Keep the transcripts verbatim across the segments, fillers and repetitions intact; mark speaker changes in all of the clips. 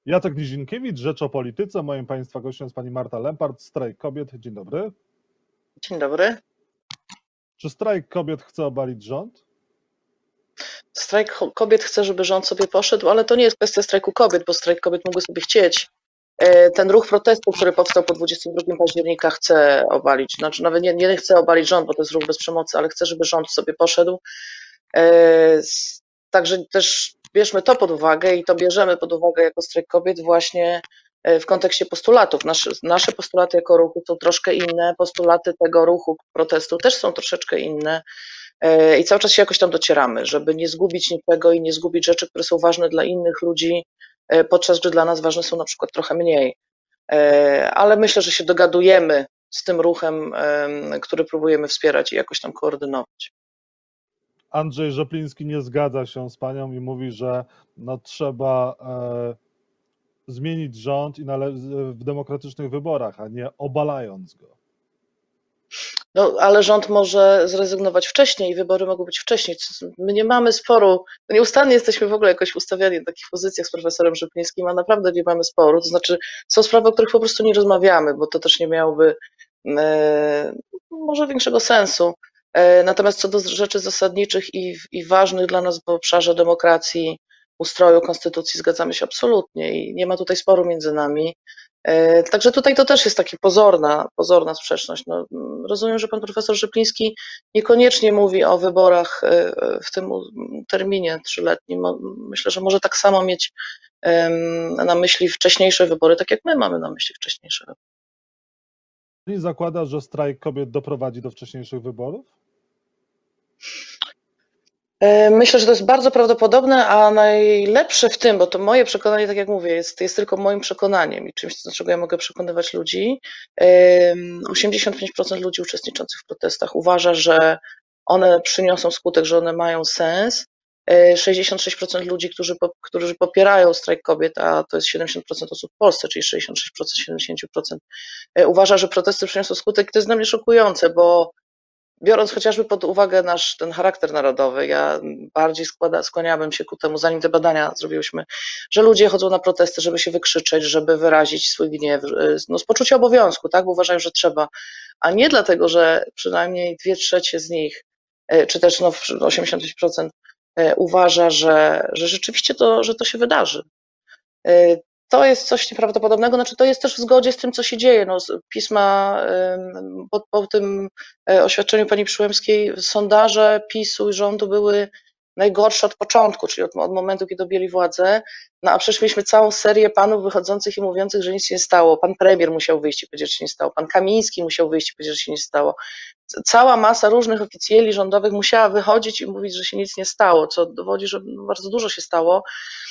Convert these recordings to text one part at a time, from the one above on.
Speaker 1: Jacek Nizinkiewicz, Rzecz o Polityce. Moim Państwa gościem jest pani Marta Lempart, Strajk Kobiet. Dzień dobry.
Speaker 2: Dzień dobry.
Speaker 1: Czy Strajk Kobiet chce obalić rząd?
Speaker 2: Strajk kobiet chce, żeby rząd sobie poszedł, ale to nie jest kwestia strajku kobiet, bo strajk kobiet mógłby sobie chcieć. Ten ruch protestu, który powstał po dwudziestego drugiego października, chce obalić. Znaczy nawet nie, nie chce obalić rząd, bo to jest ruch bez przemocy, ale chce, żeby rząd sobie poszedł. Także też bierzmy to pod uwagę i to bierzemy pod uwagę jako strajk kobiet właśnie w kontekście postulatów. Nasze, nasze postulaty jako ruchu są troszkę inne, postulaty tego ruchu protestu też są troszeczkę inne. I cały czas się jakoś tam docieramy, żeby nie zgubić niczego i nie zgubić rzeczy, które są ważne dla innych ludzi, podczas gdy dla nas ważne są na przykład trochę mniej. Ale myślę, że się dogadujemy z tym ruchem, który próbujemy wspierać i jakoś tam koordynować.
Speaker 1: Andrzej Rzepliński nie zgadza się z panią i mówi, że no, trzeba e, zmienić rząd i nale- w demokratycznych wyborach, a nie obalając go.
Speaker 2: No, ale rząd może zrezygnować wcześniej i wybory mogą być wcześniej. My nie mamy sporu, nieustannie jesteśmy w ogóle jakoś ustawiani w takich pozycjach z profesorem Rzeplińskim, a naprawdę nie mamy sporu. To znaczy są sprawy, o których po prostu nie rozmawiamy, bo to też nie miałoby e, może większego sensu. E, natomiast co do rzeczy zasadniczych i, i ważnych dla nas w obszarze demokracji, ustroju, konstytucji, zgadzamy się absolutnie i nie ma tutaj sporu między nami. Także tutaj to też jest taka pozorna, pozorna sprzeczność. No, rozumiem, że pan profesor Rzepliński niekoniecznie mówi o wyborach w tym terminie trzyletnim. Myślę, że może tak samo mieć na myśli wcześniejsze wybory, tak jak my mamy na myśli wcześniejsze wybory.
Speaker 1: Pani zakłada, że strajk kobiet doprowadzi do wcześniejszych wyborów?
Speaker 2: Myślę, że to jest bardzo prawdopodobne, a najlepsze w tym, bo to moje przekonanie, tak jak mówię, jest, jest tylko moim przekonaniem i czymś, do czego ja mogę przekonywać ludzi. osiemdziesiąt pięć procent ludzi uczestniczących w protestach uważa, że one przyniosą skutek, że one mają sens. sześćdziesiąt sześć procent ludzi, którzy, którzy popierają strajk kobiet, a to jest siedemdziesiąt procent osób w Polsce, czyli sześćdziesiąt sześć procent, siedemdziesiąt procent, uważa, że protesty przyniosą skutek i to jest dla mnie szokujące, bo biorąc chociażby pod uwagę nasz ten charakter narodowy, ja bardziej składa, skłaniałabym się ku temu, zanim te badania zrobiłyśmy, że ludzie chodzą na protesty, żeby się wykrzyczeć, żeby wyrazić swój gniew, no z poczucia obowiązku, tak, bo uważają, że trzeba, a nie dlatego, że przynajmniej dwie trzecie z nich, czy też no osiemdziesiąt pięć procent uważa, że, że rzeczywiście to, że to się wydarzy. To jest coś nieprawdopodobnego, znaczy to jest też w zgodzie z tym, co się dzieje. No, pisma po, po tym oświadczeniu pani Przyłębskiej, sondaże PiSu i rządu były najgorsze od początku, czyli od, od momentu, kiedy objęli władzę. No a przecież mieliśmy całą serię panów wychodzących i mówiących, że nic się nie stało. Pan premier musiał wyjść i powiedzieć, że się nie stało. Pan Kamiński musiał wyjść i powiedzieć, że się nie stało. Cała masa różnych oficjeli rządowych musiała wychodzić i mówić, że się nic nie stało, co dowodzi, że bardzo dużo się stało.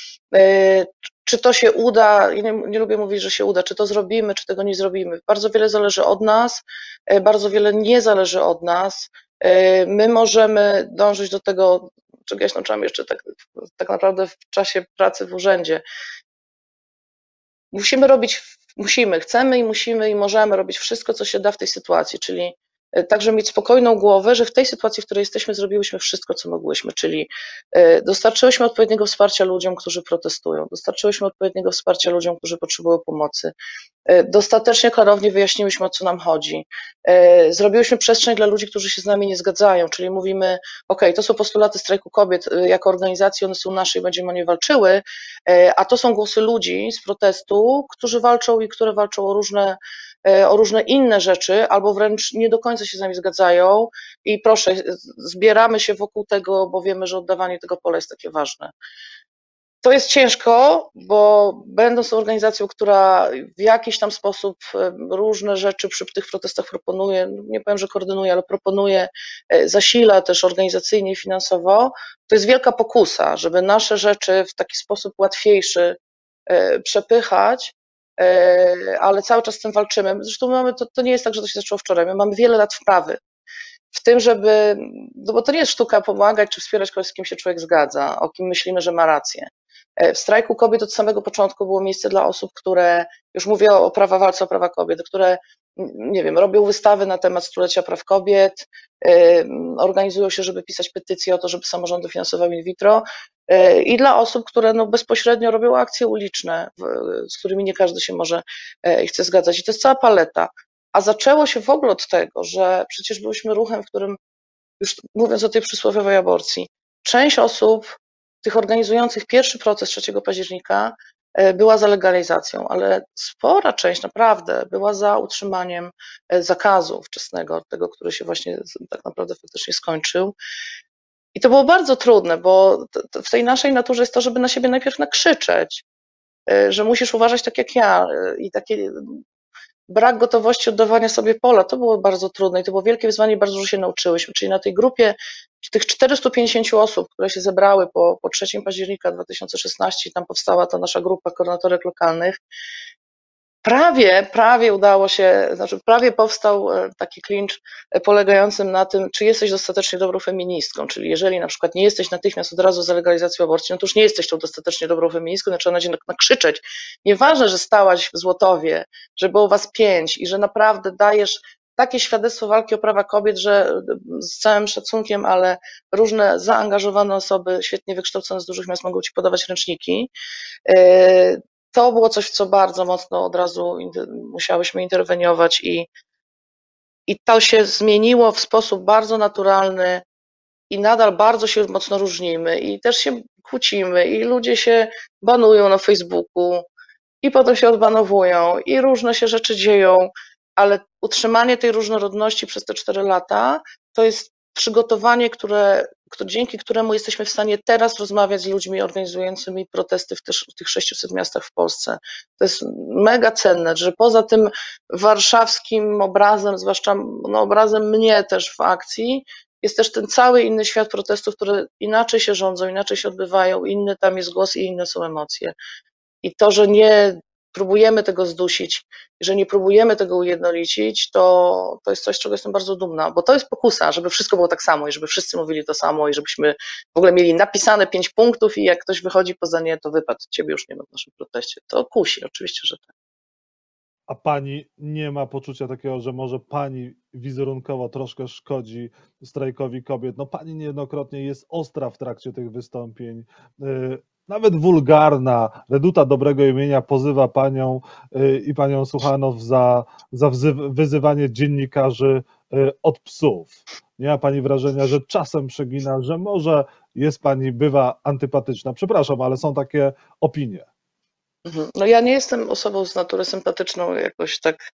Speaker 2: Czy to się uda? Ja nie, nie lubię mówić, że się uda. Czy to zrobimy, czy tego nie zrobimy? Bardzo wiele zależy od nas, bardzo wiele nie zależy od nas. My możemy dążyć do tego, czego ja się nauczyłam jeszcze tak, tak naprawdę w czasie pracy w urzędzie. Musimy robić, musimy, chcemy i musimy i możemy robić wszystko, co się da w tej sytuacji, czyli także mieć spokojną głowę, że w tej sytuacji, w której jesteśmy, zrobiłyśmy wszystko, co mogłyśmy, czyli dostarczyłyśmy odpowiedniego wsparcia ludziom, którzy protestują, dostarczyłyśmy odpowiedniego wsparcia ludziom, którzy potrzebują pomocy, dostatecznie klarownie wyjaśniłyśmy, o co nam chodzi, zrobiłyśmy przestrzeń dla ludzi, którzy się z nami nie zgadzają, czyli mówimy, ok, to są postulaty strajku kobiet, jako organizacji one są nasze i będziemy o nie walczyły, a to są głosy ludzi z protestu, którzy walczą i które walczą o różne o różne inne rzeczy, albo wręcz nie do końca się z nami zgadzają i proszę, zbieramy się wokół tego, bo wiemy, że oddawanie tego pola jest takie ważne. To jest ciężko, bo będąc organizacją, która w jakiś tam sposób różne rzeczy przy tych protestach proponuje, nie powiem, że koordynuje, ale proponuje, zasila też organizacyjnie i finansowo, to jest wielka pokusa, żeby nasze rzeczy w taki sposób łatwiejszy przepychać, ale cały czas z tym walczymy. Zresztą mamy, to, to nie jest tak, że to się zaczęło wczoraj, my mamy wiele lat wprawy w tym, żeby, no bo to nie jest sztuka pomagać czy wspierać kogoś, z kim się człowiek zgadza, o kim myślimy, że ma rację. W strajku kobiet od samego początku było miejsce dla osób, które, już mówię o prawa, walce o prawa kobiet, które, nie wiem, robią wystawy na temat stulecia praw kobiet, organizują się, żeby pisać petycje o to, żeby samorządy finansowały in vitro. i dla osób, które no bezpośrednio robią akcje uliczne, z którymi nie każdy się może i chce zgadzać. I to jest cała paleta. A zaczęło się w ogóle od tego, że przecież byliśmy ruchem, w którym, już mówiąc o tej przysłowiowej aborcji, część osób, tych organizujących pierwszy proces trzeciego października, była za legalizacją, ale spora część naprawdę była za utrzymaniem zakazu wczesnego, tego, który się właśnie tak naprawdę faktycznie skończył. I to było bardzo trudne, bo w tej naszej naturze jest to, żeby na siebie najpierw nakrzyczeć, że musisz uważać tak jak ja, i takie brak gotowości oddawania sobie pola, to było bardzo trudne i to było wielkie wyzwanie i bardzo dużo się nauczyłyśmy. Czyli na tej grupie tych czterystu pięćdziesięciu osób, które się zebrały po, po trzeciego października dwa tysiące szesnastego, tam powstała ta nasza grupa koordynatorek lokalnych, prawie, prawie udało się, znaczy prawie powstał taki klincz polegający na tym, czy jesteś dostatecznie dobrą feministką, czyli jeżeli na przykład nie jesteś natychmiast od razu za legalizacją aborcji, no to już nie jesteś tą dostatecznie dobrą feministką, znaczy ona cię nakrzyczeć. Nieważne, że stałaś w Złotowie, że było was pięć i że naprawdę dajesz takie świadectwo walki o prawa kobiet, że z całym szacunkiem, ale różne zaangażowane osoby, świetnie wykształcone z dużych miast mogą ci podawać ręczniki. To było coś, w co bardzo mocno od razu musiałyśmy interweniować i, i to się zmieniło w sposób bardzo naturalny i nadal bardzo się mocno różnimy i też się kłócimy i ludzie się banują na Facebooku i potem się odbanowują i różne się rzeczy dzieją, ale utrzymanie tej różnorodności przez te cztery lata to jest przygotowanie, które, dzięki któremu jesteśmy w stanie teraz rozmawiać z ludźmi organizującymi protesty w, też, w tych sześciuset miastach w Polsce. To jest mega cenne, że poza tym warszawskim obrazem, zwłaszcza no, obrazem mnie też w akcji, jest też ten cały inny świat protestów, które inaczej się rządzą, inaczej się odbywają, inny tam jest głos i inne są emocje. I to, że nie próbujemy tego zdusić, że nie próbujemy tego ujednolicić, to, to jest coś, z czego jestem bardzo dumna, bo to jest pokusa, żeby wszystko było tak samo i żeby wszyscy mówili to samo i żebyśmy w ogóle mieli napisane pięć punktów i jak ktoś wychodzi poza nie, to wypadł, ciebie już nie ma w naszym proteście. To kusi, oczywiście, że tak.
Speaker 1: A pani nie ma poczucia takiego, że może pani wizerunkowo troszkę szkodzi strajkowi kobiet? No pani niejednokrotnie jest ostra w trakcie tych wystąpień, nawet wulgarna. Reduta dobrego imienia pozywa panią i panią Suchanow za, za wyzywanie dziennikarzy od psów. Nie ma pani wrażenia, że czasem przegina, że może jest pani, bywa antypatyczna? Przepraszam, ale są takie opinie.
Speaker 2: No ja nie jestem osobą z natury sympatyczną jakoś tak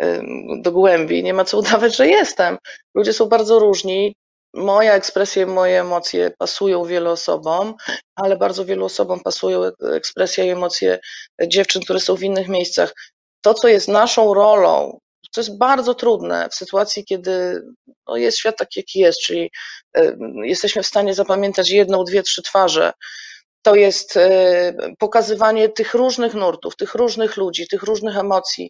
Speaker 2: do głębi, nie ma co udawać, że jestem. Ludzie są bardzo różni. Moja ekspresja i moje emocje pasują wielu osobom, ale bardzo wielu osobom pasują ekspresja i emocje dziewczyn, które są w innych miejscach. To, co jest naszą rolą, to jest bardzo trudne w sytuacji, kiedy no, jest świat taki, jaki jest, czyli jesteśmy w stanie zapamiętać jedną, dwie, trzy twarze. To jest pokazywanie tych różnych nurtów, tych różnych ludzi, tych różnych emocji,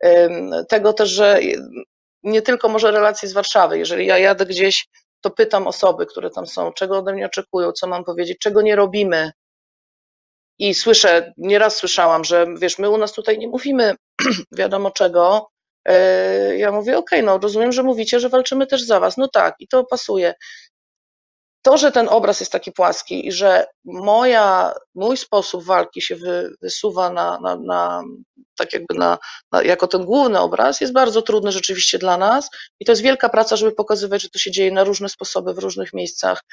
Speaker 2: tego też, że nie tylko może relacje z Warszawy. Jeżeli ja jadę gdzieś, to pytam osoby, które tam są, czego ode mnie oczekują, co mam powiedzieć, czego nie robimy. I słyszę, nieraz słyszałam, że wiesz, my u nas tutaj nie mówimy wiadomo czego. Ja mówię, okej, okay, no rozumiem, że mówicie, że walczymy też za was. No tak, i to pasuje. To, że ten obraz jest taki płaski i że moja, mój sposób walki się wy, wysuwa na, na, na tak jakby na, na, jako ten główny obraz, jest bardzo trudny rzeczywiście dla nas i to jest wielka praca, żeby pokazywać, że to się dzieje na różne sposoby, w różnych miejscach.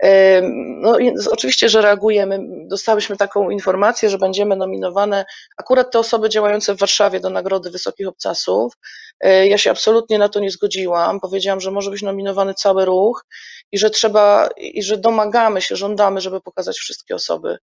Speaker 2: No i oczywiście, że reagujemy. Dostałyśmy taką informację, że będziemy nominowane akurat te osoby działające w Warszawie do Nagrody Wysokich Obcasów. Ja się absolutnie na to nie zgodziłam. Powiedziałam, że może być nominowany cały ruch i że trzeba, i że domagamy się, żądamy, żeby pokazać wszystkie osoby,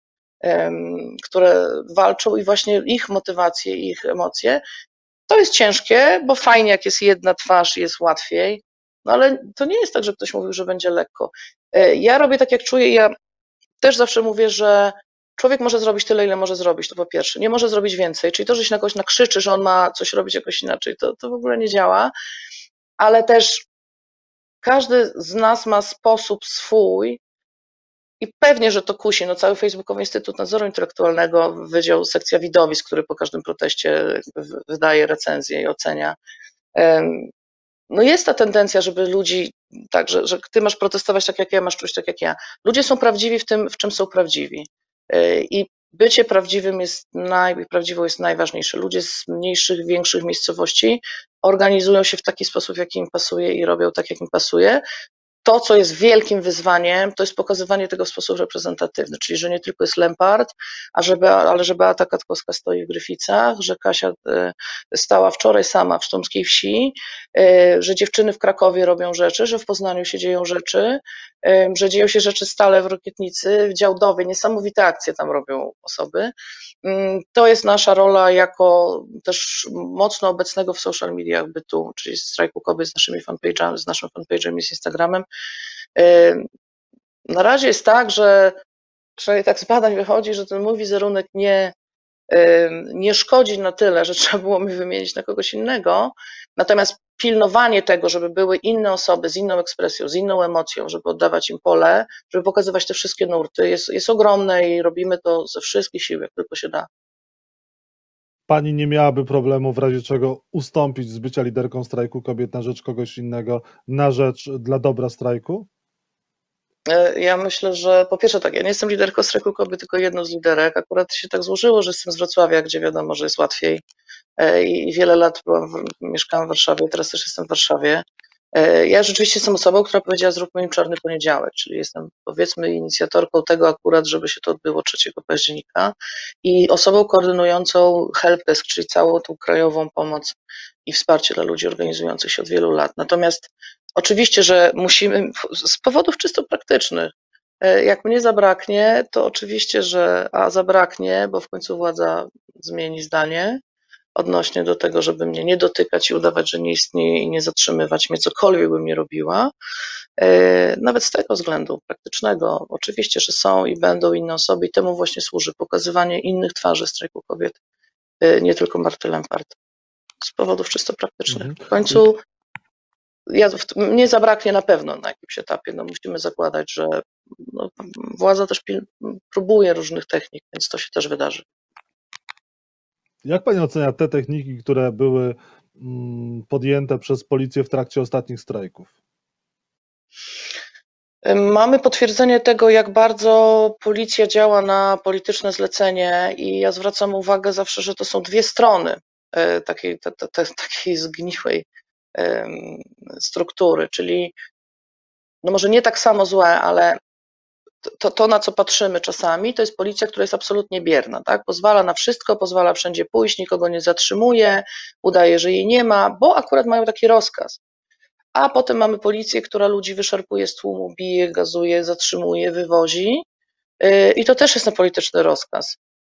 Speaker 2: które walczą i właśnie ich motywacje, ich emocje. To jest ciężkie, bo fajnie, jak jest jedna twarz, jest łatwiej, no ale to nie jest tak, że ktoś mówił, że będzie lekko. Ja robię tak, jak czuję. Ja też zawsze mówię, że człowiek może zrobić tyle, ile może zrobić, to po pierwsze. Nie może zrobić więcej, czyli to, że się na kogoś nakrzyczy, że on ma coś robić jakoś inaczej, to, to w ogóle nie działa, ale też każdy z nas ma sposób swój i pewnie, że to kusi. No, cały Facebookowy Instytut Nadzoru Intelektualnego, Wydział, sekcja widowisk, który po każdym proteście wydaje recenzję i ocenia. no jest ta tendencja, żeby ludzi, tak, że, że ty masz protestować tak jak ja, masz czuć tak jak ja. Ludzie są prawdziwi w tym, w czym są prawdziwi. I bycie prawdziwym jest, naj, prawdziwą jest najważniejsze. Ludzie z mniejszych, większych miejscowości organizują się w taki sposób, jaki im pasuje i robią tak, jak im pasuje. To, co jest wielkim wyzwaniem, to jest pokazywanie tego w sposób reprezentatywny, czyli że nie tylko jest Lempart, a żeby, ale że Beata Katkowska stoi w Gryficach, że Kasia stała wczoraj sama w Sztumskiej Wsi, że dziewczyny w Krakowie robią rzeczy, że w Poznaniu się dzieją rzeczy, że dzieją się rzeczy stale w Rokietnicy, w Działdowie, niesamowite akcje tam robią osoby. To jest nasza rola jako też mocno obecnego w social mediach bytu, czyli Strajku Kobiet z naszymi fanpage'ami, z naszym fanpage'em i z Instagramem. Na razie jest tak, że przynajmniej tak z badań wychodzi, że ten mój wizerunek nie, nie szkodzi na tyle, że trzeba było mi wymienić na kogoś innego, natomiast pilnowanie tego, żeby były inne osoby z inną ekspresją, z inną emocją, żeby oddawać im pole, żeby pokazywać te wszystkie nurty, jest, jest ogromne i robimy to ze wszystkich sił, jak tylko się da.
Speaker 1: Pani nie miałaby problemu w razie czego ustąpić z bycia liderką Strajku Kobiet na rzecz kogoś innego, na rzecz dla dobra strajku?
Speaker 2: Ja myślę, że po pierwsze tak, ja nie jestem liderką Strajku Kobiet, tylko jedną z liderek. Akurat się tak złożyło, że jestem z Wrocławia, gdzie wiadomo, że jest łatwiej i wiele lat byłam, mieszkałam w Warszawie, teraz też jestem w Warszawie. Ja rzeczywiście jestem osobą, która powiedziała zróbmy im czarny poniedziałek, czyli jestem powiedzmy inicjatorką tego akurat, żeby się to odbyło trzeciego października i osobą koordynującą helpdesk, czyli całą tą krajową pomoc i wsparcie dla ludzi organizujących się od wielu lat. Natomiast oczywiście, że musimy z powodów czysto praktycznych, jak mnie zabraknie, to oczywiście, że a zabraknie, bo w końcu władza zmieni zdanie odnośnie do tego, żeby mnie nie dotykać i udawać, że nie istnieje i nie zatrzymywać mnie, cokolwiek bym nie robiła. Nawet z tego względu praktycznego, oczywiście, że są i będą inne osoby i temu właśnie służy pokazywanie innych twarzy Strajku Kobiet, nie tylko Marty Lempart. Z powodów czysto praktycznych. W końcu ja, mnie zabraknie na pewno na jakimś etapie, no musimy zakładać, że no, władza też próbuje różnych technik, więc to się też wydarzy.
Speaker 1: Jak Pani ocenia te techniki, które były podjęte przez policję w trakcie ostatnich strajków?
Speaker 2: Mamy potwierdzenie tego, jak bardzo policja działa na polityczne zlecenie i ja zwracam uwagę zawsze, że to są dwie strony takiej, te, te, takiej zgniłej struktury, czyli no może nie tak samo złe, ale to, to, na co patrzymy czasami, to jest policja, która jest absolutnie bierna, tak? Pozwala na wszystko, pozwala wszędzie pójść, nikogo nie zatrzymuje, udaje, że jej nie ma, bo akurat mają taki rozkaz. A potem mamy policję, która ludzi wyszarpuje z tłumu, bije, gazuje, zatrzymuje, wywozi i to też jest na polityczny rozkaz.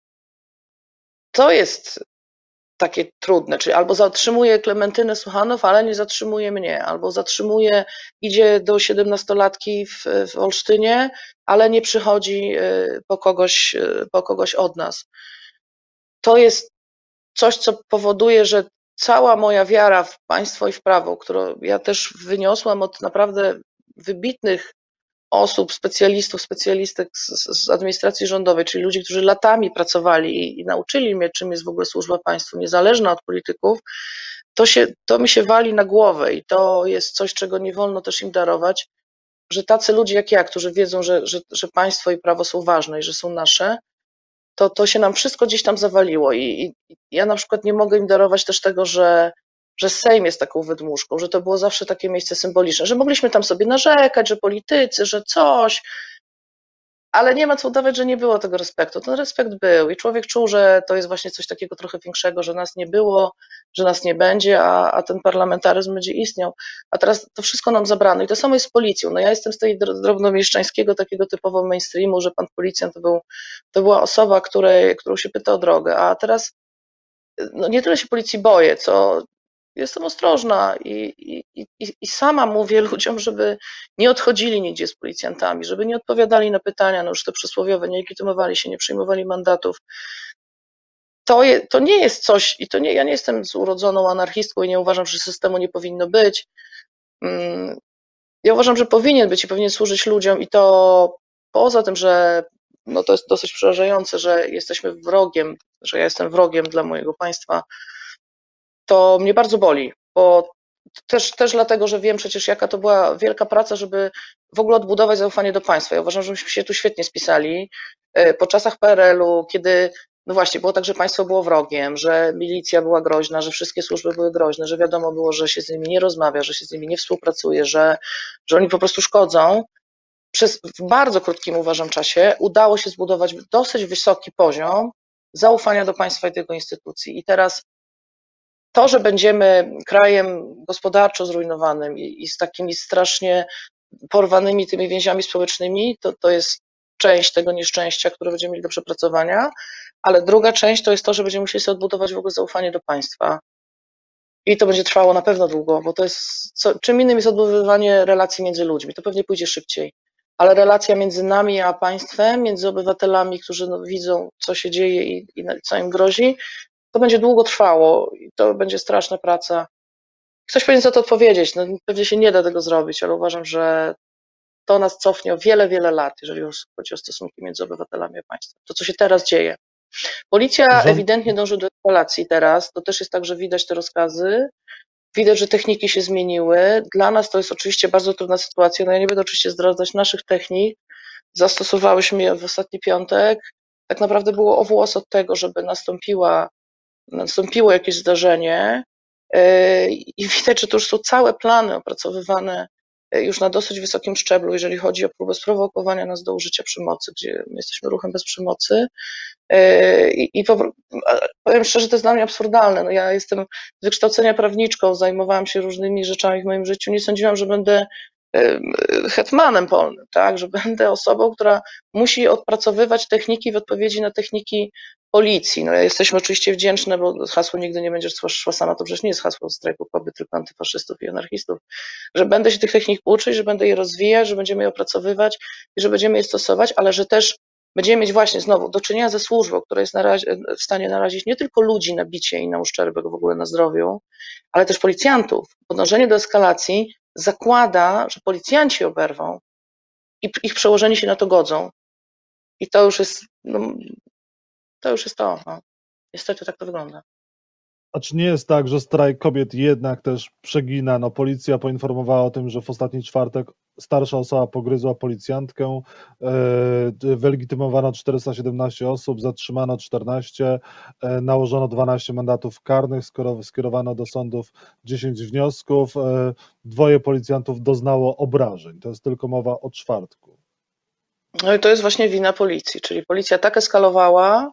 Speaker 2: To jest takie trudne, czyli albo zatrzymuje Klementynę Suchanow, ale nie zatrzymuje mnie, albo zatrzymuje, idzie do siedemnastolatki w, w Olsztynie, ale nie przychodzi po kogoś, po kogoś od nas. To jest coś, co powoduje, że cała moja wiara w państwo i w prawo, którą ja też wyniosłam od naprawdę wybitnych osób, specjalistów, specjalistek z, z administracji rządowej, czyli ludzi, którzy latami pracowali i, i nauczyli mnie, czym jest w ogóle służba państwu, niezależna od polityków, to, się, to mi się wali na głowę i to jest coś, czego nie wolno też im darować, że tacy ludzie jak ja, którzy wiedzą, że, że, że państwo i prawo są ważne i że są nasze, to, to się nam wszystko gdzieś tam zawaliło i, i ja na przykład nie mogę im darować też tego, że że Sejm jest taką wydmuszką, że to było zawsze takie miejsce symboliczne, że mogliśmy tam sobie narzekać, że politycy, że coś, ale nie ma co udawać, że nie było tego respektu. Ten respekt był i człowiek czuł, że to jest właśnie coś takiego trochę większego, że nas nie było, że nas nie będzie, a, a ten parlamentaryzm będzie istniał. A teraz to wszystko nam zabrano i to samo jest z policją. No ja jestem z tej drobnomieszczańskiego takiego typowo mainstreamu, że pan policjant to, był, to była osoba, której, którą się pyta o drogę, a teraz no nie tyle się policji boję, co jestem ostrożna i, i, i, i sama mówię ludziom, żeby nie odchodzili nigdzie z policjantami, żeby nie odpowiadali na pytania, no już te przysłowiowe, nie legitymowali się, nie przyjmowali mandatów. To, je, to nie jest coś, i to nie, ja nie jestem z urodzoną anarchistką i nie uważam, że systemu nie powinno być. Ja uważam, że powinien być i powinien służyć ludziom i to poza tym, że no to jest dosyć przerażające, że jesteśmy wrogiem, że ja jestem wrogiem dla mojego państwa, to mnie bardzo boli, bo też, też dlatego, że wiem przecież, jaka to była wielka praca, żeby w ogóle odbudować zaufanie do państwa. Ja uważam, że myśmy się tu świetnie spisali. Po czasach P R L-u, kiedy no właśnie było tak, że państwo było wrogiem, że milicja była groźna, że wszystkie służby były groźne, że wiadomo było, że się z nimi nie rozmawia, że się z nimi nie współpracuje, że, że oni po prostu szkodzą. Przez w bardzo krótkim, uważam, czasie udało się zbudować dosyć wysoki poziom zaufania do państwa i tego instytucji. I teraz to, że będziemy krajem gospodarczo zrujnowanym i, i z takimi strasznie porwanymi tymi więziami społecznymi, to, to jest część tego nieszczęścia, które będziemy mieli do przepracowania, ale druga część to jest to, że będziemy musieli sobie odbudować w ogóle zaufanie do państwa. I to będzie trwało na pewno długo, bo to jest, co, czym innym jest odbudowywanie relacji między ludźmi, to pewnie pójdzie szybciej, ale relacja między nami a państwem, między obywatelami, którzy no, widzą, co się dzieje i, i co im grozi, to będzie długo trwało i to będzie straszna praca. Ktoś powinien za to odpowiedzieć, no pewnie się nie da tego zrobić, ale uważam, że to nas cofnie o wiele, wiele lat, jeżeli chodzi o stosunki między obywatelami a państwem. To, co się teraz dzieje. Policja
Speaker 1: Rząd,
Speaker 2: ewidentnie dąży do eskalacji teraz, to też jest tak, że widać te rozkazy, widać, że techniki się zmieniły. Dla nas to jest oczywiście bardzo trudna sytuacja, no ja nie będę oczywiście zdradzać naszych technik, zastosowałyśmy je w ostatni piątek, tak naprawdę było o włos od tego, żeby nastąpiła, nastąpiło jakieś zdarzenie i widać, że to już są całe plany opracowywane już na dosyć wysokim szczeblu, jeżeli chodzi o próbę sprowokowania nas do użycia przemocy, gdzie my jesteśmy ruchem bez przemocy. I, i powiem szczerze, to jest dla mnie absurdalne. No ja jestem z wykształcenia prawniczką, zajmowałam się różnymi rzeczami w moim życiu. Nie sądziłam, że będę hetmanem polnym, tak? Że będę osobą, która musi odpracowywać techniki w odpowiedzi na techniki policji. No, jesteśmy oczywiście wdzięczne, bo hasło nigdy nie będziesz szła sama, to przecież nie jest hasło strajku kobiet, tylko antyfaszystów i anarchistów, że będę się tych technik uczyć, że będę je rozwijać, że będziemy je opracowywać i że będziemy je stosować, ale że też będziemy mieć właśnie znowu do czynienia ze służbą, która jest w stanie narazić nie tylko ludzi na bicie i na uszczerbek w ogóle na zdrowiu, ale też policjantów. Podążenie do eskalacji zakłada, że policjanci oberwą i ich przełożeni się na to godzą. I to już jest, no, to już jest to. No. Niestety tak to wygląda.
Speaker 1: A czy nie jest tak, że strajk kobiet jednak też przegina? No, policja poinformowała o tym, że w ostatni czwartek starsza osoba pogryzła policjantkę, yy, wylegitymowano czterysta siedemnaście osób, zatrzymano czternaście, yy, nałożono dwanaście mandatów karnych, skierowano do sądów dziesięć wniosków, yy, dwoje policjantów doznało obrażeń. To jest tylko mowa o czwartku.
Speaker 2: No i to jest właśnie wina policji, czyli policja tak eskalowała,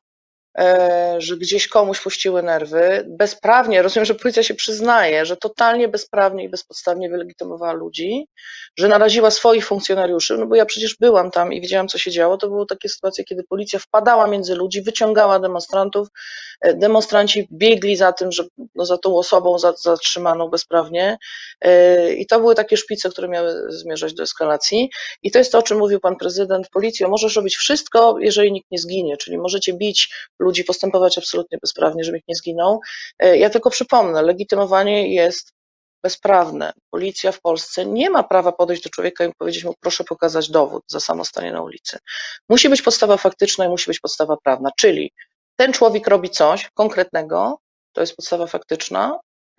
Speaker 2: że gdzieś komuś puściły nerwy, bezprawnie, rozumiem, że policja się przyznaje, że totalnie bezprawnie i bezpodstawnie wylegitymowała ludzi, że naraziła swoich funkcjonariuszy, no bo ja przecież byłam tam i widziałam, co się działo, to były takie sytuacje, kiedy policja wpadała między ludzi, wyciągała demonstrantów, demonstranci biegli za tym, że no, za tą osobą zatrzymaną bezprawnie i to były takie szpice, które miały zmierzać do eskalacji i to jest to, o czym mówił pan prezydent. Policja, możesz robić wszystko, jeżeli nikt nie zginie, czyli możecie bić ludzi, postępować absolutnie bezprawnie, żeby nikt nie zginął. Ja tylko przypomnę, legitymowanie jest bezprawne. Policja w Polsce nie ma prawa podejść do człowieka i powiedzieć mu, proszę pokazać dowód za samo stanie na ulicy. Musi być podstawa faktyczna i musi być podstawa prawna, czyli ten człowiek robi coś konkretnego, to jest podstawa faktyczna,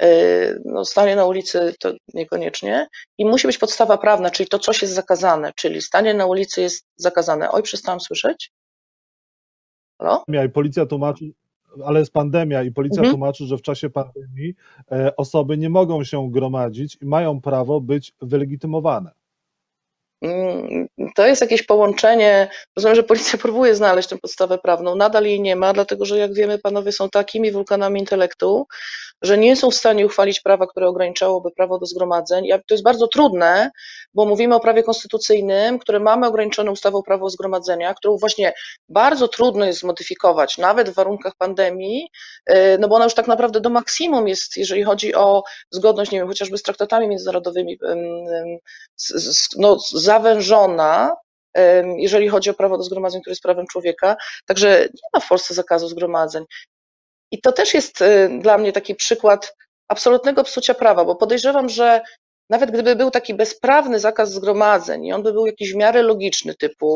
Speaker 2: no, stanie na ulicy to niekoniecznie i musi być podstawa prawna, czyli to coś jest zakazane, czyli stanie na ulicy jest zakazane. Oj, przestałam słyszeć? Halo?
Speaker 1: I policja tłumaczy, ale jest pandemia i policja mhm. tłumaczy, że w czasie pandemii e, osoby nie mogą się gromadzić i mają prawo być wylegitymowane.
Speaker 2: To jest jakieś połączenie, rozumiem, że policja próbuje znaleźć tę podstawę prawną, nadal jej nie ma, dlatego że jak wiemy, panowie są takimi wulkanami intelektu, że nie są w stanie uchwalić prawa, które ograniczałoby prawo do zgromadzeń. To jest bardzo trudne, bo mówimy o prawie konstytucyjnym, które mamy ograniczone ustawą prawo o zgromadzenia, którą właśnie bardzo trudno jest zmodyfikować, nawet w warunkach pandemii, no bo ona już tak naprawdę do maksimum jest, jeżeli chodzi o zgodność, nie wiem, chociażby z traktatami międzynarodowymi, no, zawężona, jeżeli chodzi o prawo do zgromadzeń, które jest prawem człowieka, także nie ma w Polsce zakazu zgromadzeń. I to też jest dla mnie taki przykład absolutnego psucia prawa, bo podejrzewam, że nawet gdyby był taki bezprawny zakaz zgromadzeń i on by był jakiś w miarę logiczny, typu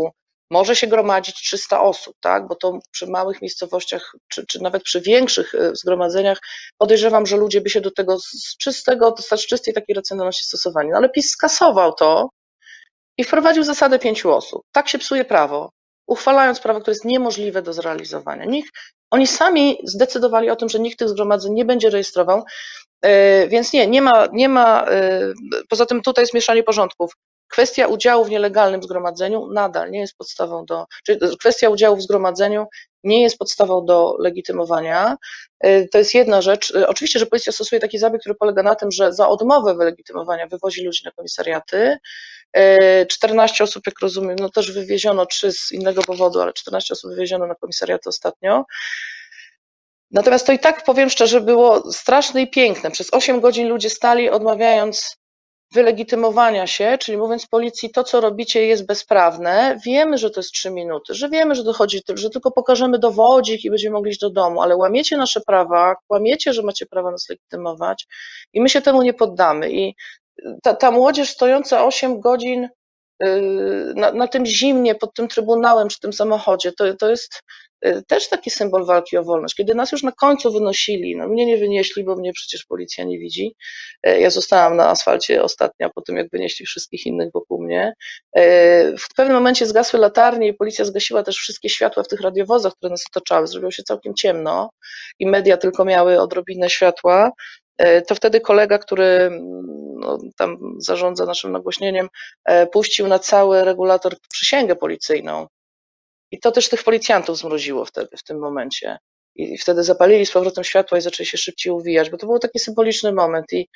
Speaker 2: może się gromadzić trzysta osób, tak? Bo to przy małych miejscowościach, czy, czy nawet przy większych zgromadzeniach, podejrzewam, że ludzie by się do tego z czystego, z czystej takiej racjonalności stosowali. No ale PiS skasował to i wprowadził zasadę pięciu osób. Tak się psuje prawo, uchwalając prawo, które jest niemożliwe do zrealizowania. Nikt, oni sami zdecydowali o tym, że nikt tych zgromadzeń nie będzie rejestrował, więc nie, nie ma, nie ma, poza tym tutaj jest mieszanie porządków. Kwestia udziału w nielegalnym zgromadzeniu nadal nie jest podstawą do, czyli kwestia udziału w zgromadzeniu nie jest podstawą do legitymowania. To jest jedna rzecz. Oczywiście, że policja stosuje taki zabieg, który polega na tym, że za odmowę wylegitymowania wywozi ludzi na komisariaty. czternaście osób, jak rozumiem, no też wywieziono, trzy z innego powodu, ale czternaście osób wywieziono na komisariaty ostatnio. Natomiast to i tak, powiem szczerze, było straszne i piękne. Przez osiem godzin ludzie stali, odmawiając wylegitymowania się, czyli mówiąc policji, to co robicie jest bezprawne, wiemy, że to jest trzy minuty, że wiemy, że dochodzi, że tylko pokażemy dowodzik i będziemy mogli iść do domu, ale łamiecie nasze prawa, kłamiecie, że macie prawo nas legitymować i my się temu nie poddamy. I ta, ta młodzież stojąca osiem godzin na, na tym zimnie, pod tym trybunałem, czy tym samochodzie, to, to jest też taki symbol walki o wolność. Kiedy nas już na końcu wynosili, no mnie nie wynieśli, bo mnie przecież policja nie widzi. Ja zostałam na asfalcie ostatnia po tym, jak wynieśli wszystkich innych wokół mnie. W pewnym momencie zgasły latarnie i policja zgasiła też wszystkie światła w tych radiowozach, które nas otaczały. Zrobiło się całkiem ciemno i media tylko miały odrobinę światła. To wtedy kolega, który no, tam zarządza naszym nagłośnieniem, puścił na cały regulator przysięgę policyjną. I to też tych policjantów zmroziło wtedy, w tym momencie. I wtedy zapalili z powrotem światła i zaczęli się szybciej uwijać, bo to był taki symboliczny moment. I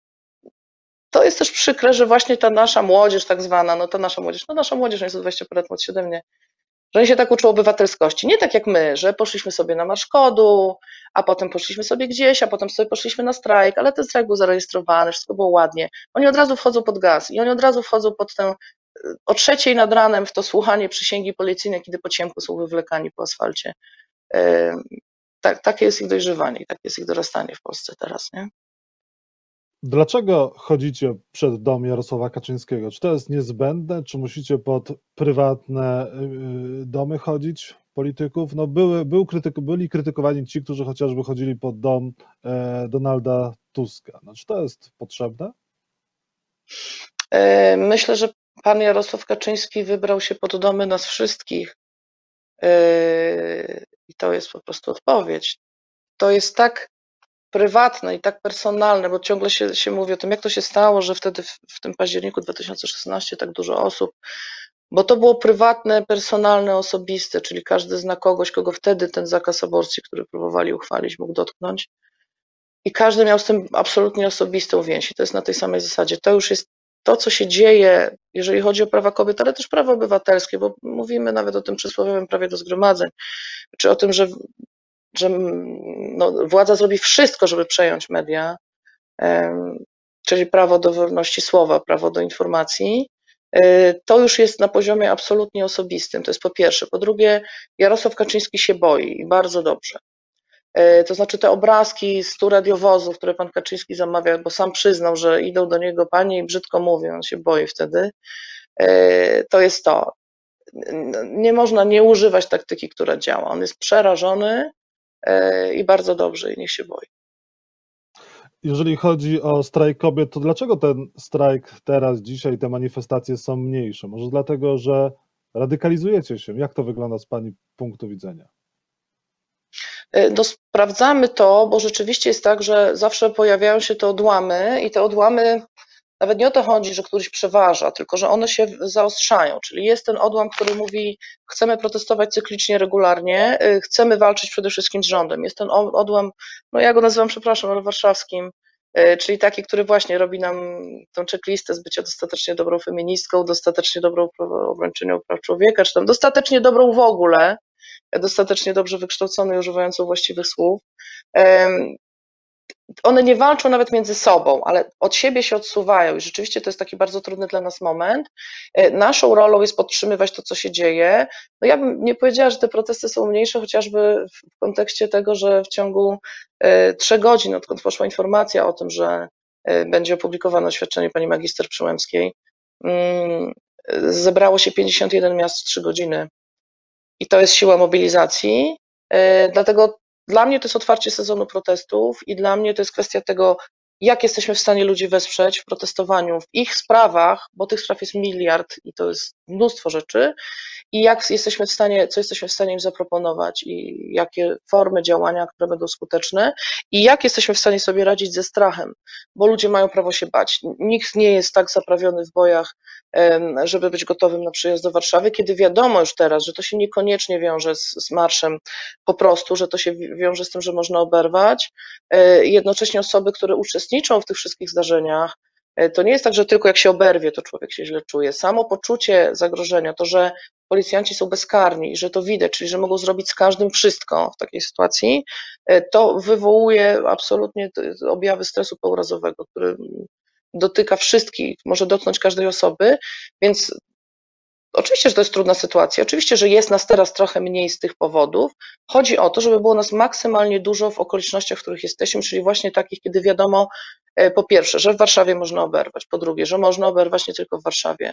Speaker 2: to jest też przykre, że właśnie ta nasza młodzież tak zwana, no ta nasza młodzież, no nasza młodzież jest o dwadzieścia parę lat młodsza ode mnie, że oni się tak uczą obywatelskości. Nie tak jak my, że poszliśmy sobie na Marsz Kodu, a potem poszliśmy sobie gdzieś, a potem sobie poszliśmy na strajk, ale ten strajk był zarejestrowany, wszystko było ładnie. Oni od razu wchodzą pod gaz i oni od razu wchodzą pod tę, o trzeciej nad ranem w to słuchanie przysięgi policyjnej, kiedy po ciemku są wywlekani po asfalcie. Tak, takie jest ich dojrzewanie i takie jest ich dorastanie w Polsce teraz, nie?
Speaker 1: Dlaczego chodzicie przed dom Jarosława Kaczyńskiego? Czy to jest niezbędne? Czy musicie pod prywatne domy chodzić polityków? No były, był krytyk, byli krytykowani ci, którzy chociażby chodzili pod dom e, Donalda Tuska. No, czy to jest potrzebne?
Speaker 2: Myślę, że pan Jarosław Kaczyński wybrał się pod domy nas wszystkich i to jest po prostu odpowiedź. To jest tak prywatne i tak personalne, bo ciągle się, się mówi o tym, jak to się stało, że wtedy w, w tym październiku dwa tysiące szesnastego tak dużo osób, bo to było prywatne, personalne, osobiste, czyli każdy zna kogoś, kogo wtedy ten zakaz aborcji, który próbowali uchwalić, mógł dotknąć i każdy miał z tym absolutnie osobistą więź i to jest na tej samej zasadzie. To już jest to, co się dzieje, jeżeli chodzi o prawa kobiet, ale też prawa obywatelskie, bo mówimy nawet o tym przysłowiowym prawie do zgromadzeń, czy o tym, że że no, władza zrobi wszystko, żeby przejąć media, czyli prawo do wolności słowa, prawo do informacji, to już jest na poziomie absolutnie osobistym, to jest po pierwsze. Po drugie, Jarosław Kaczyński się boi i bardzo dobrze. To znaczy te obrazki z stu radiowozów, które pan Kaczyński zamawia, bo sam przyznał, że idą do niego panie i brzydko mówią, on się boi wtedy, to jest to. Nie można nie używać taktyki, która działa. On jest przerażony, i bardzo dobrze i niech się boi.
Speaker 1: Jeżeli chodzi o strajk kobiet, to dlaczego ten strajk teraz, dzisiaj, te manifestacje są mniejsze? Może dlatego, że radykalizujecie się? Jak to wygląda z pani punktu widzenia?
Speaker 2: No, sprawdzamy to, bo rzeczywiście jest tak, że zawsze pojawiają się te odłamy i te odłamy, nawet nie o to chodzi, że któryś przeważa, tylko że one się zaostrzają, czyli jest ten odłam, który mówi, chcemy protestować cyklicznie, regularnie, chcemy walczyć przede wszystkim z rządem. Jest ten odłam, no ja go nazywam, przepraszam, ale warszawskim, czyli taki, który właśnie robi nam tą checklistę z bycia dostatecznie dobrą feministką, dostatecznie dobrą obrończynią praw człowieka, czy tam dostatecznie dobrą w ogóle, dostatecznie dobrze wykształcony i używającą właściwych słów. One nie walczą nawet między sobą, ale od siebie się odsuwają i rzeczywiście to jest taki bardzo trudny dla nas moment. Naszą rolą jest podtrzymywać to, co się dzieje. No ja bym nie powiedziała, że te protesty są mniejsze, chociażby w kontekście tego, że w ciągu trzech godzin, odkąd poszła informacja o tym, że będzie opublikowane oświadczenie pani magister Przyłębskiej, zebrało się pięćdziesiąt jeden miast w trzy godziny i to jest siła mobilizacji, dlatego dla mnie to jest otwarcie sezonu protestów i dla mnie to jest kwestia tego, jak jesteśmy w stanie ludzi wesprzeć w protestowaniu w ich sprawach, bo tych spraw jest miliard i to jest mnóstwo rzeczy, i jak jesteśmy w stanie, co jesteśmy w stanie im zaproponować i jakie formy działania, które będą skuteczne i jak jesteśmy w stanie sobie radzić ze strachem, bo ludzie mają prawo się bać. Nikt nie jest tak zaprawiony w bojach, żeby być gotowym na przyjazd do Warszawy, kiedy wiadomo już teraz, że to się niekoniecznie wiąże z, z marszem po prostu, że to się wiąże z tym, że można oberwać. Jednocześnie osoby, które uczestniczą w tych wszystkich zdarzeniach, to nie jest tak, że tylko jak się oberwie, to człowiek się źle czuje. Samo poczucie zagrożenia, to, że policjanci są bezkarni i że to widać, czyli że mogą zrobić z każdym wszystko w takiej sytuacji, to wywołuje absolutnie objawy stresu pourazowego, który dotyka wszystkich, może dotknąć każdej osoby, więc oczywiście, że to jest trudna sytuacja, oczywiście, że jest nas teraz trochę mniej z tych powodów. Chodzi o to, żeby było nas maksymalnie dużo w okolicznościach, w których jesteśmy, czyli właśnie takich, kiedy wiadomo, po pierwsze, że w Warszawie można oberwać, po drugie, że można oberwać nie tylko w Warszawie.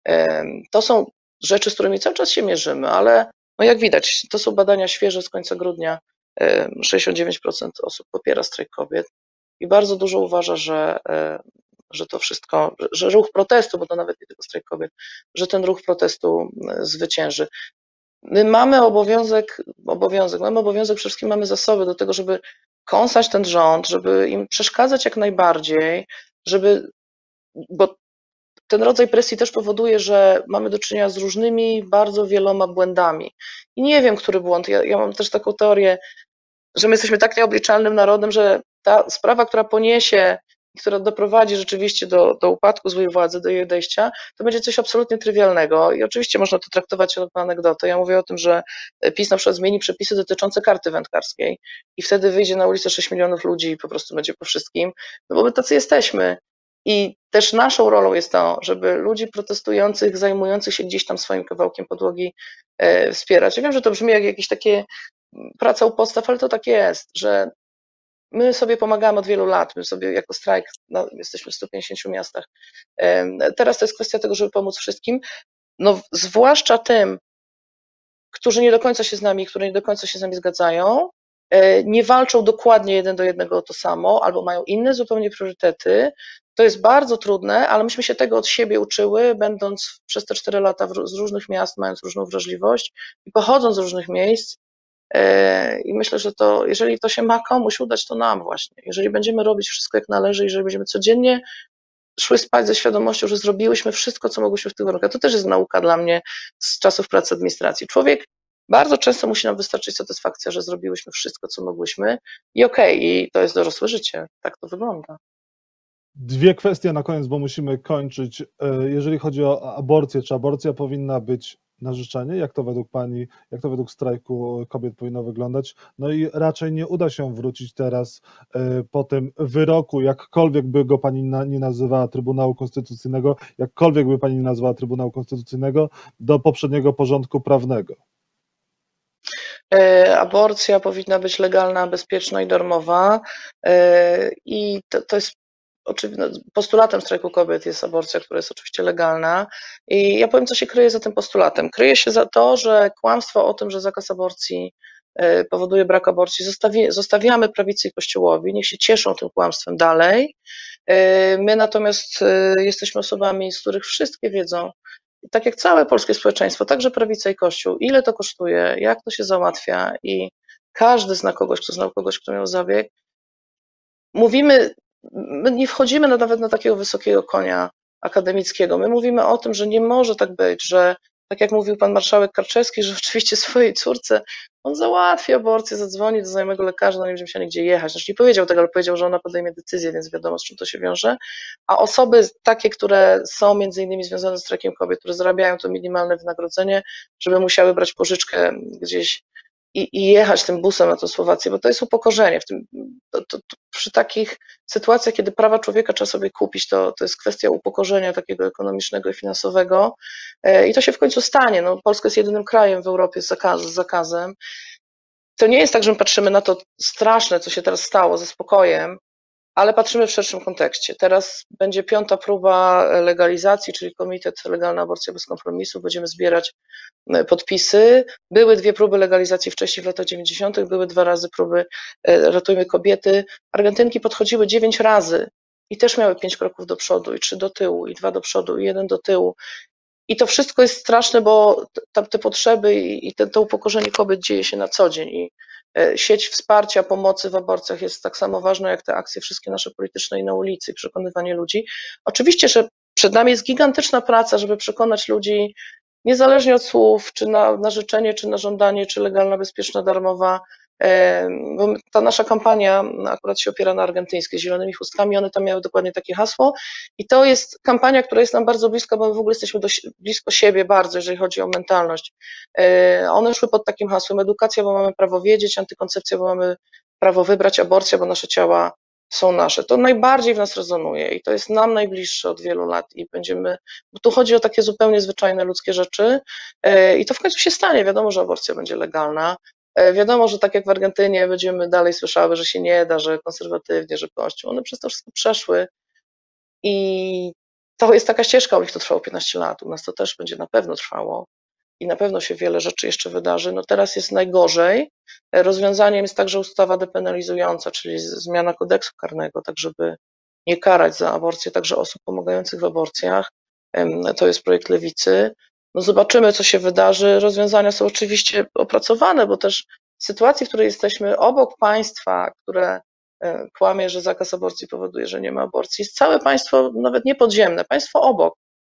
Speaker 2: To są rzeczy, z którymi cały czas się mierzymy, ale no jak widać, to są badania świeże z końca grudnia, sześćdziesiąt dziewięć procent osób popiera strajk kobiet i bardzo dużo uważa, że, że to wszystko, że ruch protestu, bo to nawet nie tylko strajk kobiet, że ten ruch protestu zwycięży. My mamy obowiązek, obowiązek, mamy obowiązek, przede wszystkim mamy zasoby do tego, żeby kąsać ten rząd, żeby im przeszkadzać jak najbardziej, żeby, bo ten rodzaj presji też powoduje, że mamy do czynienia z różnymi, bardzo wieloma błędami. I nie wiem, który błąd. Ja, ja mam też taką teorię, że my jesteśmy tak nieobliczalnym narodem, że ta sprawa, która poniesie, która doprowadzi rzeczywiście do, do upadku złej władzy, do jej odejścia, to będzie coś absolutnie trywialnego. I oczywiście można to traktować jako anegdotę. Ja mówię o tym, że PiS na przykład zmieni przepisy dotyczące karty wędkarskiej i wtedy wyjdzie na ulicę sześć milionów ludzi i po prostu będzie po wszystkim, no bo my tacy jesteśmy. I też naszą rolą jest to, żeby ludzi protestujących, zajmujących się gdzieś tam swoim kawałkiem podłogi e, wspierać. Ja wiem, że to brzmi jak jakieś takie praca u podstaw, ale to tak jest, że my sobie pomagamy od wielu lat, my sobie jako strajk no, jesteśmy w stu pięćdziesięciu miastach. Teraz to jest kwestia tego, żeby pomóc wszystkim, no zwłaszcza tym, którzy nie do końca się z nami, które nie do końca się z nami zgadzają, nie walczą dokładnie jeden do jednego o to samo, albo mają inne zupełnie priorytety. To jest bardzo trudne, ale myśmy się tego od siebie uczyły, będąc przez te cztery lata z różnych miast, mając różną wrażliwość i pochodząc z różnych miejsc. I myślę, że to, jeżeli to się ma komuś udać, to nam właśnie. Jeżeli będziemy robić wszystko jak należy, jeżeli będziemy codziennie szły spać ze świadomością, że zrobiłyśmy wszystko, co mogłyśmy w tych warunkach, to też jest nauka dla mnie z czasów pracy administracji. Człowiek bardzo często musi nam wystarczyć satysfakcja, że zrobiłyśmy wszystko, co mogłyśmy i okej, okay, i to jest dorosłe życie. Tak to wygląda.
Speaker 1: Dwie kwestie na koniec, bo musimy kończyć. Jeżeli chodzi o aborcję, czy aborcja powinna być na życzenie? Jak to według Pani, jak to według strajku kobiet powinno wyglądać? No i raczej nie uda się wrócić teraz po tym wyroku, jakkolwiek by go Pani nie nazywała Trybunału Konstytucyjnego, jakkolwiek by Pani nie nazwała Trybunału Konstytucyjnego, do poprzedniego porządku prawnego.
Speaker 2: Aborcja powinna być legalna, bezpieczna i darmowa i to, to jest oczywiście postulatem strajku kobiet jest aborcja, która jest oczywiście legalna i ja powiem, co się kryje za tym postulatem. Kryje się za to, że kłamstwo o tym, że zakaz aborcji powoduje brak aborcji, zostawi, zostawiamy prawicy i Kościołowi, niech się cieszą tym kłamstwem dalej. My natomiast jesteśmy osobami, z których wszystkie wiedzą, tak jak całe polskie społeczeństwo, także prawica i Kościół, ile to kosztuje, jak to się załatwia i każdy zna kogoś, kto znał kogoś, kto miał zabieg. Mówimy, my nie wchodzimy na, nawet na takiego wysokiego konia akademickiego. My mówimy o tym, że nie może tak być, że tak jak mówił pan marszałek Karczewski, że oczywiście swojej córce on załatwi aborcję, zadzwoni do znajomego lekarza, no nie będzie musiał nigdzie jechać. Znaczy nie powiedział tego, ale powiedział, że ona podejmie decyzję, więc wiadomo, z czym to się wiąże. A osoby takie, które są między innymi związane z strajkiem kobiet, które zarabiają to minimalne wynagrodzenie, żeby musiały brać pożyczkę gdzieś i, i jechać tym busem na tę Słowację, bo to jest upokorzenie. W tym, to, to, to przy takich sytuacjach, kiedy prawa człowieka trzeba sobie kupić, to, to jest kwestia upokorzenia takiego ekonomicznego i finansowego i to się w końcu stanie. No, Polska jest jedynym krajem w Europie z, zakaz, z zakazem. To nie jest tak, że my patrzymy na to straszne, co się teraz stało, ze spokojem, ale patrzymy w szerszym kontekście. Teraz będzie piąta próba legalizacji, czyli Komitet Legalna Aborcja Bez Kompromisu. Będziemy zbierać podpisy. Były dwie próby legalizacji wcześniej w latach dziewięćdziesiątych, były dwa razy próby Ratujmy Kobiety. Argentynki podchodziły dziewięć razy i też miały pięć kroków do przodu, i trzy do tyłu, i dwa do przodu, i jeden do tyłu. I to wszystko jest straszne, bo te potrzeby i te, to upokorzenie kobiet dzieje się na co dzień. I sieć wsparcia, pomocy w aborcjach jest tak samo ważna jak te akcje wszystkie nasze polityczne i na ulicy, i przekonywanie ludzi. Oczywiście, że przed nami jest gigantyczna praca, żeby przekonać ludzi, niezależnie od słów, czy na, na życzenie, czy na żądanie, czy legalna, bezpieczna, darmowa. Bo ta nasza kampania akurat się opiera na argentyńskiej, Zielonymi Chustkami, one tam miały dokładnie takie hasło i to jest kampania, która jest nam bardzo bliska, bo my w ogóle jesteśmy dość blisko siebie bardzo, jeżeli chodzi o mentalność. One szły pod takim hasłem: edukacja, bo mamy prawo wiedzieć, antykoncepcja, bo mamy prawo wybrać, aborcja, bo nasze ciała są nasze. To najbardziej w nas rezonuje i to jest nam najbliższe od wielu lat i będziemy, bo tu chodzi o takie zupełnie zwyczajne ludzkie rzeczy i to w końcu się stanie. Wiadomo, że aborcja będzie legalna. Wiadomo, że tak jak w Argentynie będziemy dalej słyszały, że się nie da, że konserwatywnie, że Kościół. One przez to wszystko przeszły i to jest taka ścieżka, u nich to trwało piętnaście lat, u nas to też będzie na pewno trwało i na pewno się wiele rzeczy jeszcze wydarzy. No teraz jest najgorzej. Rozwiązaniem jest także ustawa depenalizująca, czyli zmiana kodeksu karnego, tak żeby nie karać za aborcję także osób pomagających w aborcjach. To jest projekt Lewicy. No zobaczymy, co się wydarzy. Rozwiązania są oczywiście opracowane, bo też w sytuacji, w której jesteśmy obok państwa, które kłamie, że zakaz aborcji powoduje, że nie ma aborcji, jest całe państwo, nawet nie podziemne, państwo obok,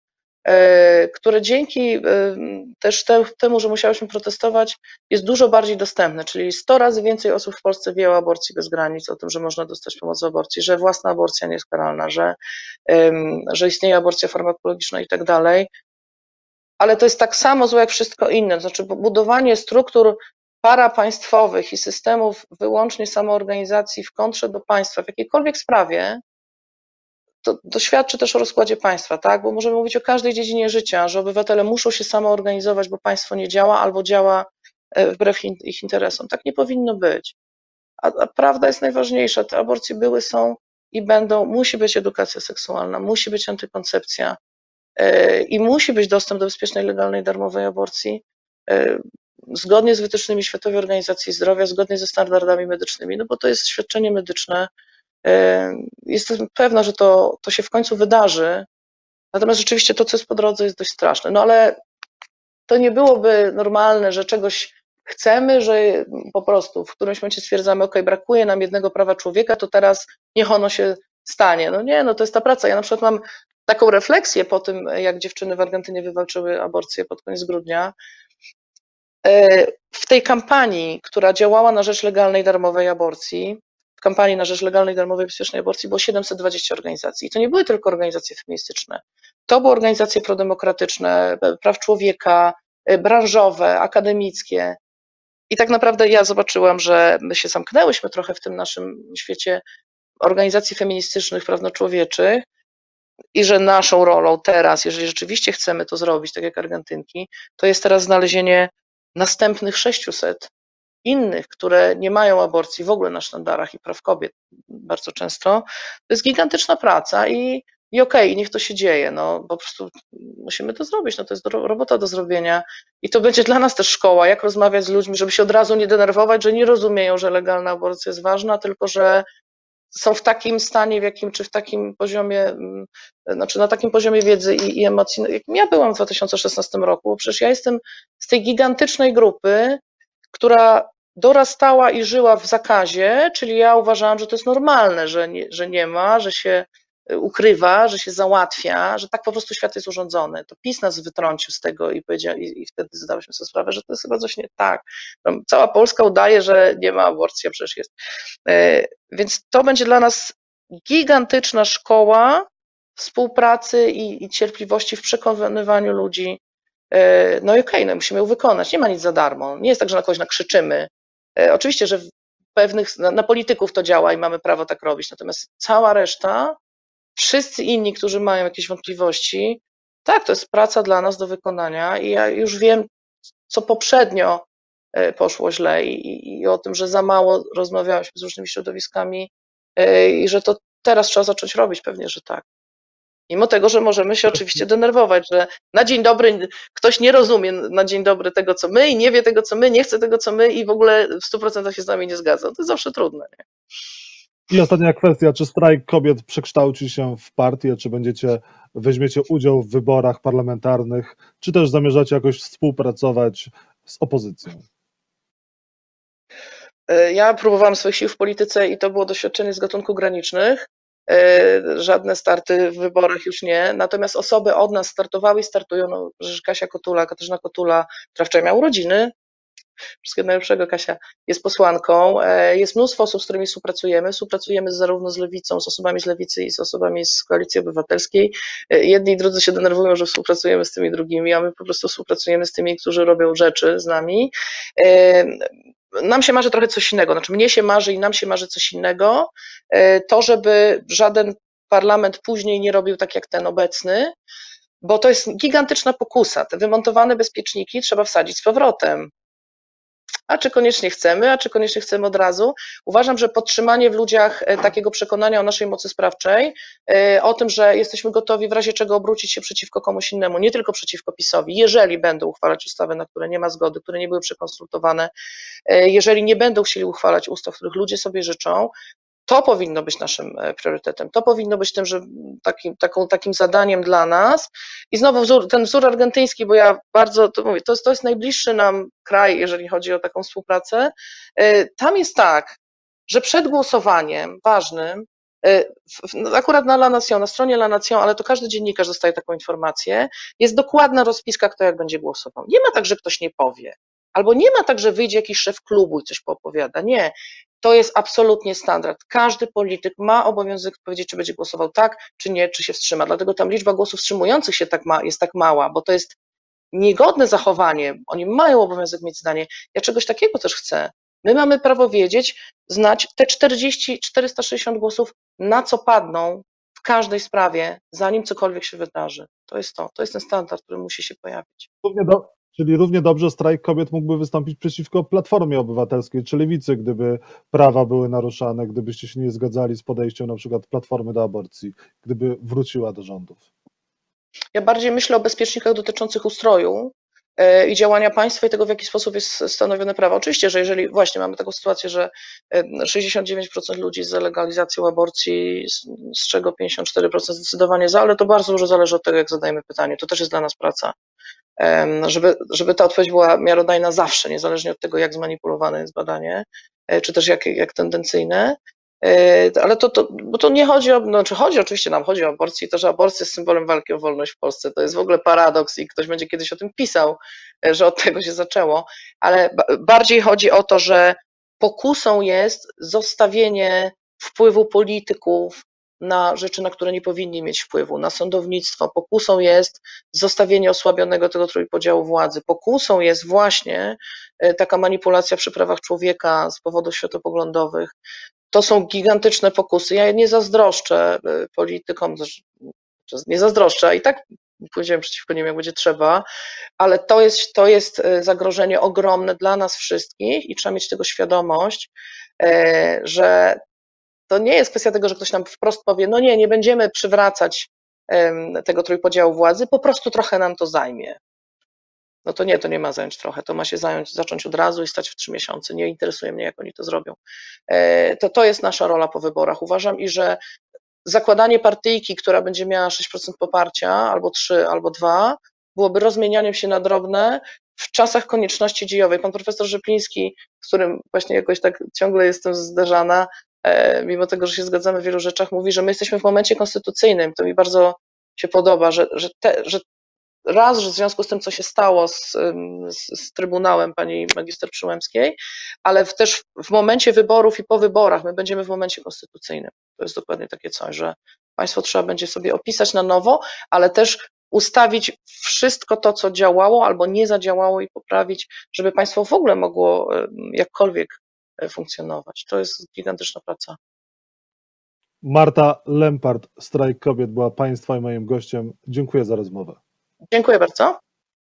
Speaker 2: które dzięki też temu, że musiałyśmy protestować, jest dużo bardziej dostępne, czyli sto razy więcej osób w Polsce wie o aborcji bez granic, o tym, że można dostać pomoc w aborcji, że własna aborcja nie jest karalna, że, że istnieje aborcja farmakologiczna i tak dalej. Ale to jest tak samo złe jak wszystko inne, to znaczy budowanie struktur parapaństwowych i systemów wyłącznie samoorganizacji w kontrze do państwa w jakiejkolwiek sprawie, to, to świadczy też o rozkładzie państwa, tak? Bo możemy mówić o każdej dziedzinie życia, że obywatele muszą się samoorganizować, bo państwo nie działa albo działa wbrew ich interesom. Tak nie powinno być. A, a prawda jest najważniejsza. Te aborcje były, są i będą. Musi być edukacja seksualna, musi być antykoncepcja yy, i musi być dostęp do bezpiecznej, legalnej, darmowej aborcji yy, zgodnie z wytycznymi Światowej Organizacji Zdrowia, zgodnie ze standardami medycznymi, no bo to jest świadczenie medyczne. Jestem pewna, że to, to się w końcu wydarzy, natomiast rzeczywiście to, co jest po drodze, jest dość straszne. No ale to nie byłoby normalne, że czegoś chcemy, że po prostu w którymś momencie stwierdzamy, ok, brakuje nam jednego prawa człowieka, to teraz niech ono się stanie. No nie, no to jest ta praca. Ja na przykład mam taką refleksję po tym, jak dziewczyny w Argentynie wywalczyły aborcję pod koniec grudnia. W tej kampanii, która działała na rzecz legalnej, darmowej aborcji, w kampanii na rzecz legalnej, darmowej, bezpiecznej aborcji było siedemset dwadzieścia organizacji. I to nie były tylko organizacje feministyczne. To były organizacje prodemokratyczne, praw człowieka, branżowe, akademickie. I tak naprawdę ja zobaczyłam, że my się zamknęłyśmy trochę w tym naszym świecie organizacji feministycznych, prawnoczłowieczych i że naszą rolą teraz, jeżeli rzeczywiście chcemy to zrobić, tak jak Argentynki, to jest teraz znalezienie następnych sześciuset innych, które nie mają aborcji w ogóle na sztandarach i praw kobiet bardzo często. To jest gigantyczna praca i, i okej, okay, niech to się dzieje, no po prostu musimy to zrobić, no to jest robota do zrobienia i to będzie dla nas też szkoła, jak rozmawiać z ludźmi, żeby się od razu nie denerwować, że nie rozumieją, że legalna aborcja jest ważna, tylko że są w takim stanie, w jakim, czy w takim poziomie, znaczy na takim poziomie wiedzy i, i emocji, jakim ja byłam w dwa tysiące szesnastym roku, bo przecież ja jestem z tej gigantycznej grupy, która dorastała i żyła w zakazie, czyli ja uważałam, że to jest normalne, że nie, że nie ma, że się ukrywa, że się załatwia, że tak po prostu świat jest urządzony. To PiS nas wytrącił z tego i powiedział, i, i wtedy zdałyśmy sobie sprawę, że to jest chyba coś nie tak. Cała Polska udaje, że nie ma aborcji, a przecież jest. Więc to będzie dla nas gigantyczna szkoła współpracy i, i cierpliwości w przekonywaniu ludzi. No i okej, okay, no musimy ją wykonać, nie ma nic za darmo, nie jest tak, że na kogoś nakrzyczymy. Oczywiście, że w pewnych, na, na polityków to działa i mamy prawo tak robić, natomiast cała reszta, wszyscy inni, którzy mają jakieś wątpliwości, tak, to jest praca dla nas do wykonania i ja już wiem, co poprzednio poszło źle i, i, i o tym, że za mało rozmawiałyśmy z różnymi środowiskami i że to teraz trzeba zacząć robić, pewnie, że tak. Mimo tego, że możemy się oczywiście denerwować, że na dzień dobry ktoś nie rozumie na dzień dobry tego, co my i nie wie tego, co my, nie chce tego, co my i w ogóle w stu procentach się z nami nie zgadza. To jest zawsze trudne. Nie?
Speaker 1: I ostatnia kwestia, czy strajk kobiet przekształci się w partię, czy będziecie, weźmiecie udział w wyborach parlamentarnych, czy też zamierzacie jakoś współpracować z opozycją?
Speaker 2: Ja próbowałam swoich sił w polityce i to było doświadczenie z gatunków granicznych. Żadne starty w wyborach już nie. Natomiast osoby od nas startowały i startują. No, Kasia Kotula, Katarzyna Kotula, która wczoraj miała urodziny. Wszystkiego najlepszego, Kasia jest posłanką. Jest mnóstwo osób, z którymi współpracujemy. Współpracujemy zarówno z Lewicą, z osobami z Lewicy i z osobami z Koalicji Obywatelskiej. Jedni i drudzy się denerwują, że współpracujemy z tymi drugimi, a my po prostu współpracujemy z tymi, którzy robią rzeczy z nami. Nam się marzy trochę coś innego, znaczy mnie się marzy i nam się marzy coś innego, to żeby żaden parlament później nie robił tak jak ten obecny, bo to jest gigantyczna pokusa. Te wymontowane bezpieczniki trzeba wsadzić z powrotem. A czy koniecznie chcemy, a czy koniecznie chcemy od razu? Uważam, że podtrzymanie w ludziach takiego przekonania o naszej mocy sprawczej, o tym, że jesteśmy gotowi w razie czego obrócić się przeciwko komuś innemu, nie tylko przeciwko PiS-owi, jeżeli będą uchwalać ustawy, na które nie ma zgody, które nie były przekonsultowane, jeżeli nie będą chcieli uchwalać ustaw, których ludzie sobie życzą, to powinno być naszym priorytetem. To powinno być tym, że takim, taką, takim zadaniem dla nas. I znowu wzór, ten wzór argentyński, bo ja bardzo to mówię, to jest, to jest najbliższy nam kraj, jeżeli chodzi o taką współpracę. Tam jest tak, że przed głosowaniem ważnym, akurat na La Nation, na stronie La Nation, ale to każdy dziennikarz dostaje taką informację, jest dokładna rozpiska, kto jak będzie głosował. Nie ma tak, że ktoś nie powie. Albo nie ma tak, że wyjdzie jakiś szef klubu i coś poopowiada. Nie. To jest absolutnie standard. Każdy polityk ma obowiązek powiedzieć, czy będzie głosował tak, czy nie, czy się wstrzyma. Dlatego tam liczba głosów wstrzymujących się tak ma, jest tak mała, bo to jest niegodne zachowanie. Oni mają obowiązek mieć zdanie. Ja czegoś takiego też chcę. My mamy prawo wiedzieć, znać te czterdzieści, czterysta sześćdziesiąt głosów, na co padną w każdej sprawie, zanim cokolwiek się wydarzy. To jest to. To jest ten standard, który musi się pojawić.
Speaker 1: Równie do, czyli równie dobrze strajk kobiet mógłby wystąpić przeciwko Platformie Obywatelskiej czy Lewicy, gdyby prawa były naruszane, gdybyście się nie zgadzali z podejściem na przykład Platformy do aborcji, gdyby wróciła do rządów. Ja
Speaker 2: bardziej myślę o bezpiecznikach dotyczących ustroju i działania państwa i tego, w jaki sposób jest stanowione prawo. Oczywiście, że jeżeli właśnie mamy taką sytuację, że sześćdziesiąt dziewięć procent ludzi z legalizacją aborcji, z czego pięćdziesiąt cztery procent zdecydowanie za, ale to bardzo dużo zależy od tego, jak zadajemy pytanie. To też jest dla nas praca, żeby, żeby ta odpowiedź była miarodajna zawsze, niezależnie od tego, jak zmanipulowane jest badanie, czy też jak, jak tendencyjne. Ale to, to, bo to nie chodzi o, znaczy chodzi, oczywiście nam chodzi o aborcję i to, że aborcja jest symbolem walki o wolność w Polsce, to jest w ogóle paradoks i ktoś będzie kiedyś o tym pisał, że od tego się zaczęło, ale bardziej chodzi o to, że pokusą jest zostawienie wpływu polityków na rzeczy, na które nie powinni mieć wpływu, na sądownictwo. Pokusą jest zostawienie osłabionego tego trójpodziału władzy. Pokusą jest właśnie taka manipulacja przy prawach człowieka z powodów światopoglądowych. To są gigantyczne pokusy. Ja nie zazdroszczę politykom, nie zazdroszczę, a i tak pójdziemy przeciwko nim, jak będzie trzeba, ale to jest, to jest zagrożenie ogromne dla nas wszystkich i trzeba mieć tego świadomość, że to nie jest kwestia tego, że ktoś nam wprost powie, no nie, nie będziemy przywracać tego trójpodziału władzy, po prostu trochę nam to zajmie. No to nie, to nie ma zająć trochę, to ma się zająć, zacząć od razu i stać w trzy miesiące. Nie interesuje mnie, jak oni to zrobią. To, to jest nasza rola po wyborach. Uważam, i że zakładanie partyjki, która będzie miała sześć procent poparcia, albo trzy, albo dwa, byłoby rozmienianiem się na drobne w czasach konieczności dziejowej. Pan profesor Rzepliński, z którym właśnie jakoś tak ciągle jestem zderzana, mimo tego, że się zgadzamy w wielu rzeczach, mówi, że my jesteśmy w momencie konstytucyjnym. To mi bardzo się podoba, że, że, te, że raz, że w związku z tym, co się stało z, z, z Trybunałem pani magister Przyłębskiej, ale w, też w momencie wyborów i po wyborach my będziemy w momencie konstytucyjnym. To jest dokładnie takie coś, że państwo trzeba będzie sobie opisać na nowo, ale też ustawić wszystko to, co działało albo nie zadziałało i poprawić, żeby państwo w ogóle mogło jakkolwiek funkcjonować. To jest gigantyczna praca.
Speaker 1: Marta Lempart, Strajk Kobiet, była państwa i moim gościem. Dziękuję za rozmowę.
Speaker 2: Dziękuję bardzo.